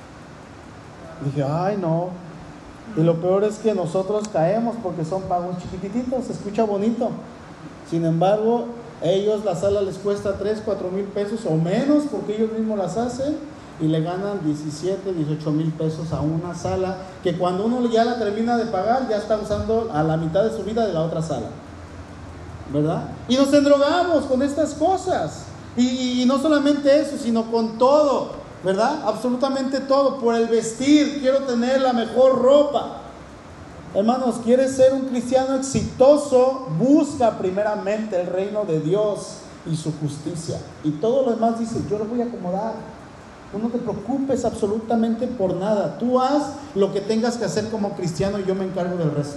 Dije, ay no. Y lo peor es que nosotros caemos porque son pagos chiquititos, se escucha bonito. Sin embargo, ellos la sala les cuesta 3,000-4,000 pesos o menos, porque ellos mismos las hacen, y le ganan 17,000-18,000 pesos a una sala que cuando uno ya la termina de pagar, ya está usando a la mitad de su vida de la otra sala, ¿verdad? Y nos endrogamos con estas cosas. Y no solamente eso, sino con todo, ¿verdad? Absolutamente todo. Por el vestir, quiero tener la mejor ropa. Hermanos, ¿quieres ser un cristiano exitoso? Busca primeramente el reino de Dios y su justicia. Y todo lo demás dice, yo lo voy a acomodar. Tú no te preocupes absolutamente por nada. Tú haz lo que tengas que hacer como cristiano y yo me encargo del resto.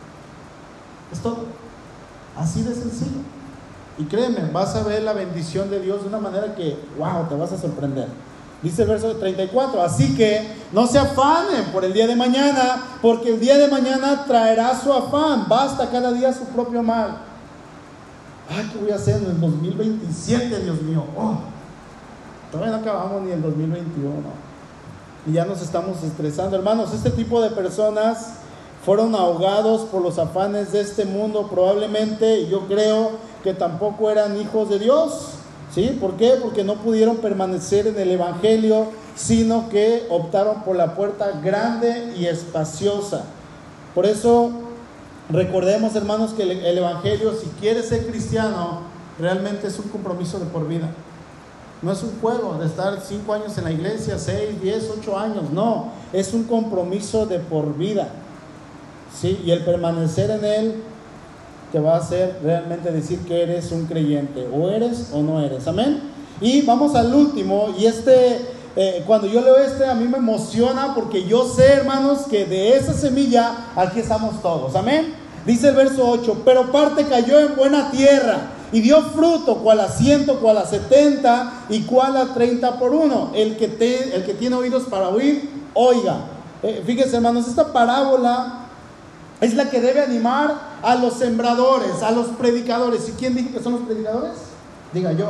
Es todo. Así de sencillo. Y créeme, vas a ver la bendición de Dios de una manera que, wow, te vas a sorprender. Dice el verso 34, así que no se afanen por el día de mañana, porque el día de mañana traerá su afán. Basta cada día su propio mal. Ay, ¿qué voy a hacer en el 2027, Dios mío? Todavía no acabamos ni el 2021. Y ya nos estamos estresando. Hermanos, este tipo de personas fueron ahogados por los afanes de este mundo. Probablemente, yo creo que tampoco eran hijos de Dios. ¿Sí? ¿Por qué? Porque no pudieron permanecer en el Evangelio, sino que optaron por la puerta grande y espaciosa. Por eso, recordemos, hermanos, que el Evangelio, si quieres ser cristiano, realmente es un compromiso de por vida. No es un juego de estar 5 años en la iglesia, 6, 10, 8 años. No, es un compromiso de por vida. ¿Sí? Y el permanecer en él te va a hacer realmente decir que eres un creyente, o eres o no eres, amén. Y vamos al último, y cuando yo leo a mí me emociona, porque yo sé, hermanos, que de esa semilla aquí estamos todos, amén. Dice el verso 8, pero parte cayó en buena tierra, y dio fruto, cual a 100, cual a 70, y cual a 30 por uno. El que tiene oídos para oír, oiga. Fíjense, hermanos, esta parábola es la que debe animar a los sembradores, a los predicadores. ¿Y quién dijo que son los predicadores? Diga yo.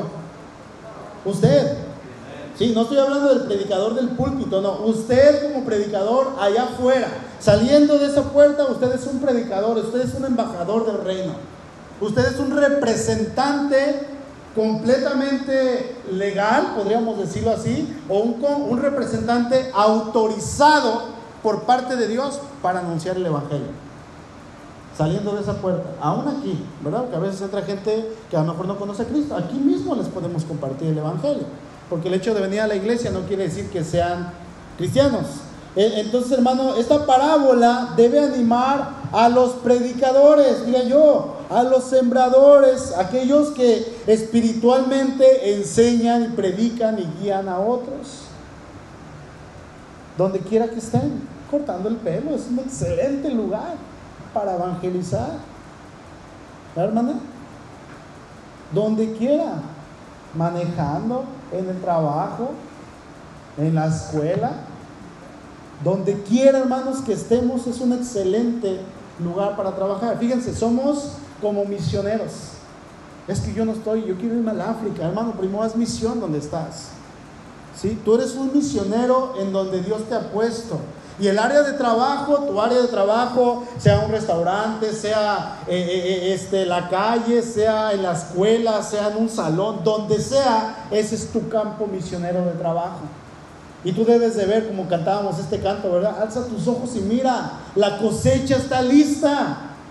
Usted. Sí, no estoy hablando del predicador del púlpito, no. Usted como predicador allá afuera, saliendo de esa puerta, usted es un predicador, usted es un embajador del reino. Usted es un representante completamente legal, podríamos decirlo así, o un representante autorizado por parte de Dios para anunciar el Evangelio. Saliendo de esa puerta, aún aquí, ¿verdad? Porque a veces entra gente que a lo mejor no conoce a Cristo. Aquí mismo les podemos compartir el Evangelio, porque el hecho de venir a la iglesia no quiere decir que sean cristianos. Entonces, hermano, esta parábola debe animar a los predicadores, diga yo, a los sembradores, aquellos que espiritualmente enseñan y predican y guían a otros. Donde quiera que estén, cortando el pelo, es un excelente lugar para evangelizar, ¿verdad, hermana? Donde quiera, manejando, en el trabajo, en la escuela, donde quiera, hermanos, que estemos, es un excelente lugar para trabajar. Fíjense, somos como misioneros. Es que yo quiero irme al África, hermano. Primero haz misión donde estás. ¿Sí? Tú eres un misionero en donde Dios te ha puesto. Y el área de trabajo, tu área de trabajo, sea un restaurante, sea la calle, sea en la escuela, sea en un salón, donde sea, ese es tu campo misionero de trabajo. Y tú debes de ver, como cantábamos este canto, ¿verdad? Alza tus ojos y mira, la cosecha está lista.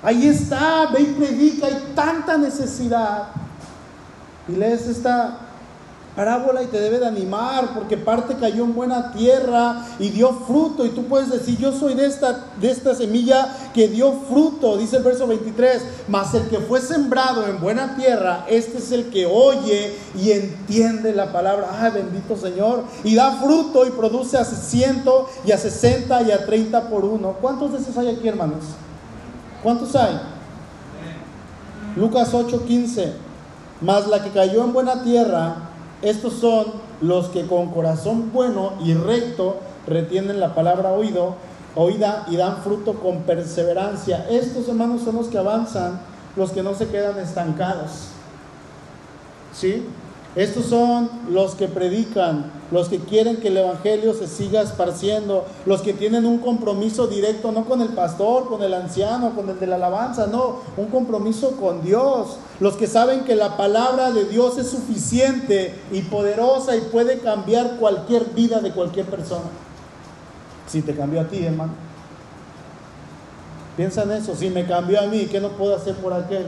Ahí está, ve y predica, hay tanta necesidad. Y lees esta parábola y te debe de animar, porque parte cayó en buena tierra y dio fruto. Y tú puedes decir, yo soy de esta semilla que dio fruto. Dice el verso 23, mas el que fue sembrado en buena tierra, este es el que oye y entiende la palabra. ¡Ay, bendito Señor! Y da fruto y produce a 100 y a 60 y a 30 por uno. ¿Cuántos de esos hay aquí, hermanos? ¿Cuántos hay? Lucas 8:15. Mas la que cayó en buena tierra, estos son los que con corazón bueno y recto retienen la palabra oída y dan fruto con perseverancia. Estos, hermanos, son los que avanzan, los que no se quedan estancados. ¿Sí? Estos son los que predican, los que quieren que el evangelio se siga esparciendo, los que tienen un compromiso directo, no con el pastor, con el anciano, con el de la alabanza, no, un compromiso con Dios. Los que saben que la palabra de Dios es suficiente y poderosa y puede cambiar cualquier vida de cualquier persona. Si te cambió a ti, hermano. Piensa en eso, si me cambió a mí, ¿qué no puedo hacer por aquel?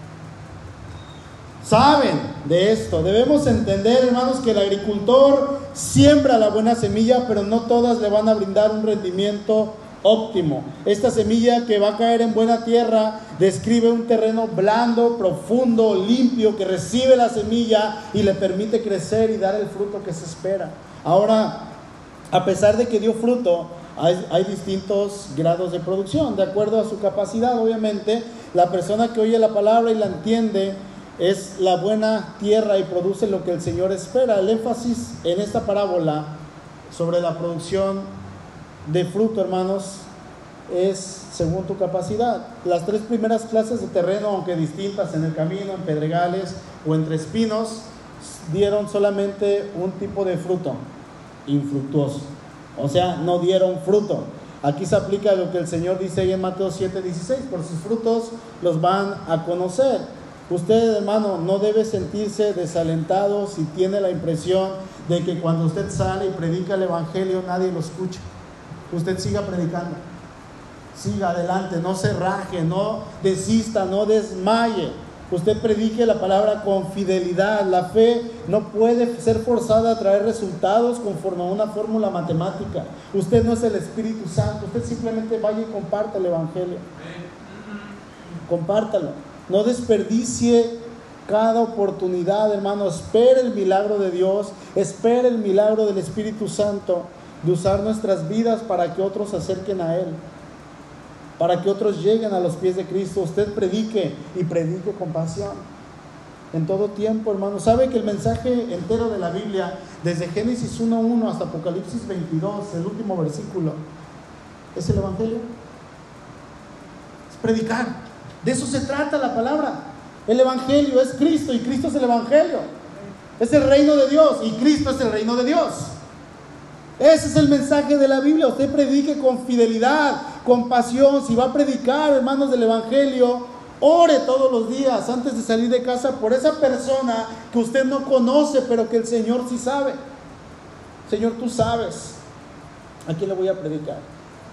Saben de esto. Debemos entender, hermanos, que el agricultor siembra la buena semilla, pero no todas le van a brindar un rendimiento óptimo. Esta semilla que va a caer en buena tierra describe un terreno blando, profundo, limpio, que recibe la semilla y le permite crecer y dar el fruto que se espera. Ahora, a pesar de que dio fruto, hay distintos grados de producción, de acuerdo a su capacidad. Obviamente, la persona que oye la palabra y la entiende es la buena tierra y produce lo que el Señor espera. El énfasis en esta parábola sobre la producción de fruto, hermanos, es según tu capacidad. Las 3 primeras clases de terreno, aunque distintas en el camino, en pedregales o entre espinos, dieron solamente un tipo de fruto, infructuoso. O sea, no dieron fruto. Aquí se aplica lo que el Señor dice ahí en Mateo 7:16, por sus frutos los van a conocer. Usted, hermano, no debe sentirse desalentado si tiene la impresión de que cuando usted sale y predica el evangelio nadie lo escucha. Usted siga predicando, siga adelante, no se raje, no desista, no desmaye. Usted predique la palabra con fidelidad. La fe no puede ser forzada a traer resultados conforme a una fórmula matemática. Usted no es el Espíritu Santo. Usted simplemente vaya y comparta el evangelio. Compártalo. No desperdicie cada oportunidad, hermano. Espere el milagro de Dios, espere el milagro del Espíritu Santo, de usar nuestras vidas para que otros se acerquen a Él, para que otros lleguen a los pies de Cristo. Usted predique y predique con pasión en todo tiempo, hermano. ¿Sabe que el mensaje entero de la Biblia, desde Génesis 1:1 hasta Apocalipsis 22, el último versículo, es el evangelio? Es predicar. De eso se trata la palabra. El evangelio es Cristo y Cristo es el evangelio. Es el reino de Dios y Cristo es el reino de Dios. Ese es el mensaje de la Biblia. Usted predique con fidelidad, con pasión. Si va a predicar, hermanos, del evangelio, ore todos los días antes de salir de casa por esa persona que usted no conoce, pero que el Señor sí sabe. Señor, tú sabes a quién le voy a predicar.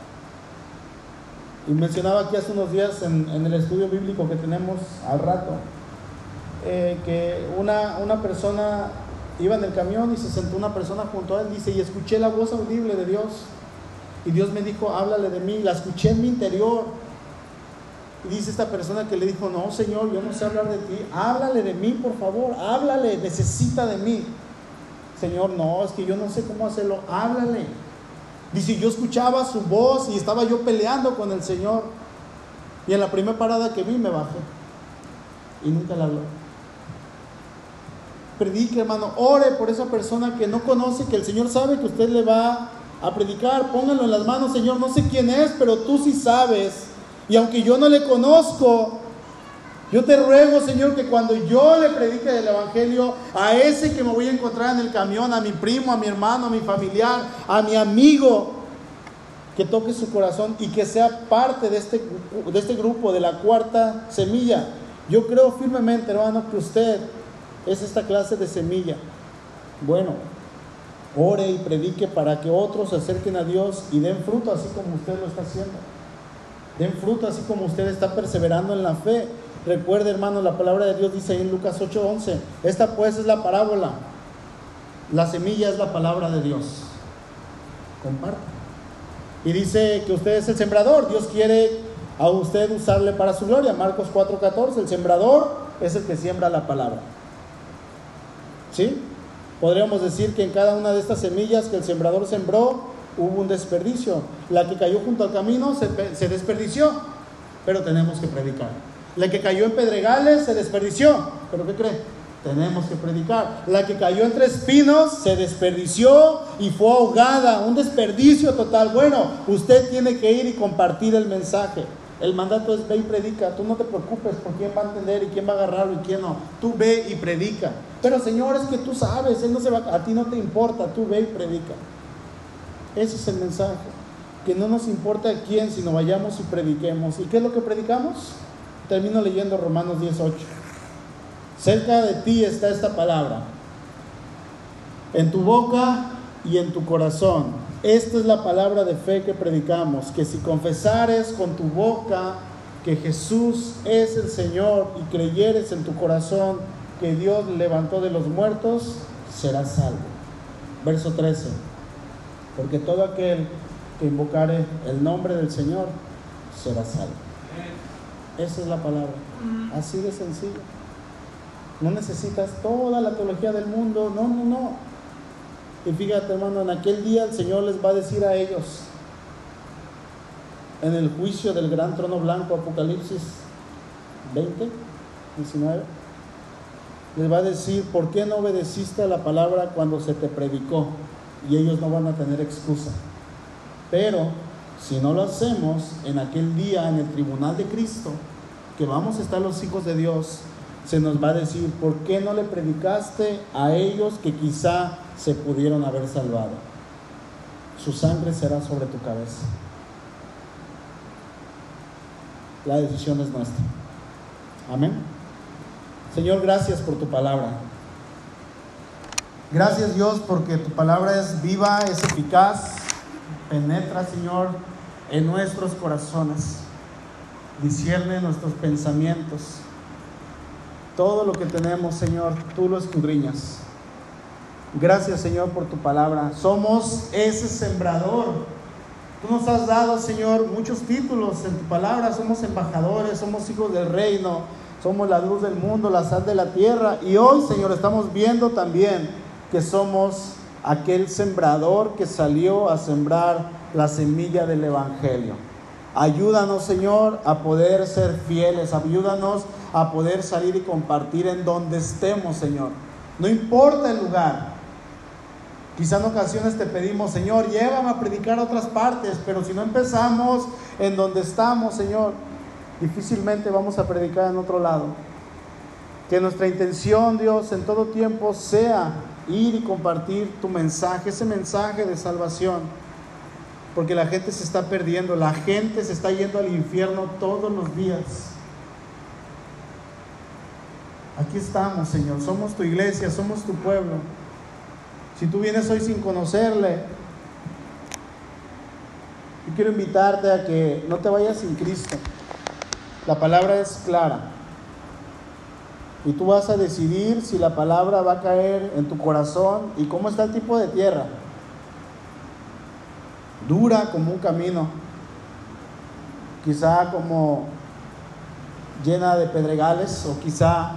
Y mencionaba aquí hace unos días en el estudio bíblico que tenemos al rato, que una persona iba en el camión y se sentó una persona junto a él, dice, y escuché la voz audible de Dios, y Dios me dijo, háblale de mí. La escuché en mi interior. Y dice esta persona que le dijo, no, Señor, yo no sé hablar de ti, háblale de mí, por favor, háblale, necesita de mí. Señor, no, es que yo no sé cómo hacerlo, háblale. Dice, yo escuchaba su voz y estaba yo peleando con el Señor, y en la primera parada que vi me bajé y nunca le habló. Predique, hermano, ore por esa persona que no conoce, que el Señor sabe que usted le va a predicar. Póngalo en las manos, Señor, no sé quién es, pero tú sí sabes, y aunque yo no le conozco, yo te ruego, Señor, que cuando yo le predique el evangelio a ese que me voy a encontrar en el camión, a mi primo, a mi hermano, a mi familiar, a mi amigo, que toque su corazón y que sea parte de este grupo, de la cuarta semilla. Yo creo firmemente, hermano, que usted es esta clase de semilla. Bueno, ore y predique para que otros se acerquen a Dios y den fruto, así como usted lo está haciendo. Den fruto así como usted está perseverando en la fe. Recuerde, hermano, la palabra de Dios dice ahí en Lucas 8:11. Esta pues es la parábola. La semilla es la palabra de Dios. Comparta. Y dice que usted es el sembrador. Dios quiere a usted usarle para su gloria. Marcos 4:14. El sembrador es el que siembra la palabra. ¿Sí? Podríamos decir que en cada una de estas semillas que el sembrador sembró, hubo un desperdicio. La que cayó junto al camino se desperdició, pero tenemos que predicar. La que cayó en pedregales se desperdició, pero ¿qué cree? Tenemos que predicar. La que cayó entre espinos se desperdició y fue ahogada, un desperdicio total. Bueno, usted tiene que ir y compartir el mensaje. El mandato es ve y predica. Tú no te preocupes por quién va a entender y quién va a agarrarlo y quién no. Tú ve y predica. Pero Señor, es que tú sabes, él no se va, a ti no te importa, tú ve y predica. Ese es el mensaje. Que no nos importa a quién, sino vayamos y prediquemos. ¿Y qué es lo que predicamos? Termino leyendo Romanos 10:8. Cerca de ti está esta palabra, en tu boca y en tu corazón. Esta es la palabra de fe que predicamos, que si confesares con tu boca que Jesús es el Señor y creyeres en tu corazón que Dios levantó de los muertos, serás salvo. Verso 13. Porque todo aquel que invocare el nombre del Señor será salvo. Esa es la palabra, así de sencillo. No necesitas toda la teología del mundo, no. Y fíjate, hermano, en aquel día el Señor les va a decir a ellos, en el juicio del gran trono blanco, Apocalipsis 20:19, les va a decir, ¿por qué no obedeciste a la palabra cuando se te predicó? Y ellos no van a tener excusa. Pero si no lo hacemos, en aquel día, en el tribunal de Cristo, que vamos a estar los hijos de Dios, se nos va a decir, ¿por qué no le predicaste a ellos que quizá se pudieron haber salvado? Su sangre será sobre tu cabeza. La decisión es nuestra. Amén. Señor, gracias por tu palabra. Gracias, Dios, porque tu palabra es viva, es eficaz, penetra, Señor, en nuestros corazones, discierne nuestros pensamientos. Todo lo que tenemos, Señor, tú lo escudriñas. Gracias, Señor, por tu palabra. Somos ese sembrador. Tú nos has dado, Señor, muchos títulos en tu palabra. Somos embajadores, somos hijos del reino, somos la luz del mundo, la sal de la tierra. Y hoy, Señor, estamos viendo también que somos aquel sembrador que salió a sembrar la semilla del Evangelio. Ayúdanos, Señor, a poder ser fieles. Ayúdanos a poder salir y compartir en donde estemos, Señor. No importa el lugar. Quizá en ocasiones te pedimos, Señor, llévame a predicar a otras partes, pero si no empezamos en donde estamos, Señor, difícilmente vamos a predicar en otro lado. Que nuestra intención, Dios, en todo tiempo sea ir y compartir tu mensaje, ese mensaje de salvación. Porque la gente se está perdiendo, la gente se está yendo al infierno todos los días. Aquí estamos, Señor, somos tu iglesia, somos tu pueblo. Si tú vienes hoy sin conocerle, yo quiero invitarte a que no te vayas sin Cristo. La palabra es clara. Y tú vas a decidir si la palabra va a caer en tu corazón y cómo está el tipo de tierra. Dura como un camino, quizá como llena de pedregales, o quizá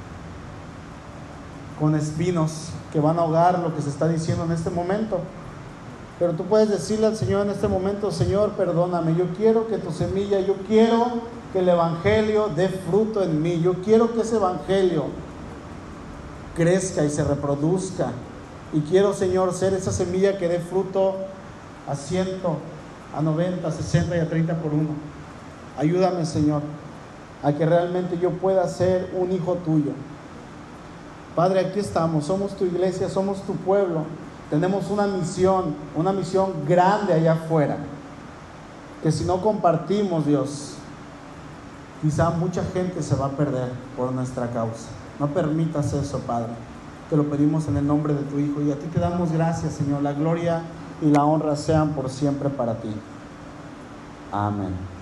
con espinos que van a ahogar lo que se está diciendo en este momento. Pero tú puedes decirle al Señor en este momento, Señor, perdóname, yo quiero que tu semilla, yo quiero que el Evangelio dé fruto en mí, yo quiero que ese Evangelio crezca y se reproduzca, y quiero, Señor, ser esa semilla que dé fruto a 100, a 90, a 60 y a 30 por uno. Ayúdame, Señor, a que realmente yo pueda ser un hijo tuyo. Padre, aquí estamos, somos tu iglesia, somos tu pueblo. Tenemos una misión grande allá afuera, que si no compartimos, Dios, quizá mucha gente se va a perder por nuestra causa. No permitas eso, Padre. Te lo pedimos en el nombre de tu Hijo, y a ti te damos gracias, Señor. La gloria y la honra sean por siempre para ti. Amén.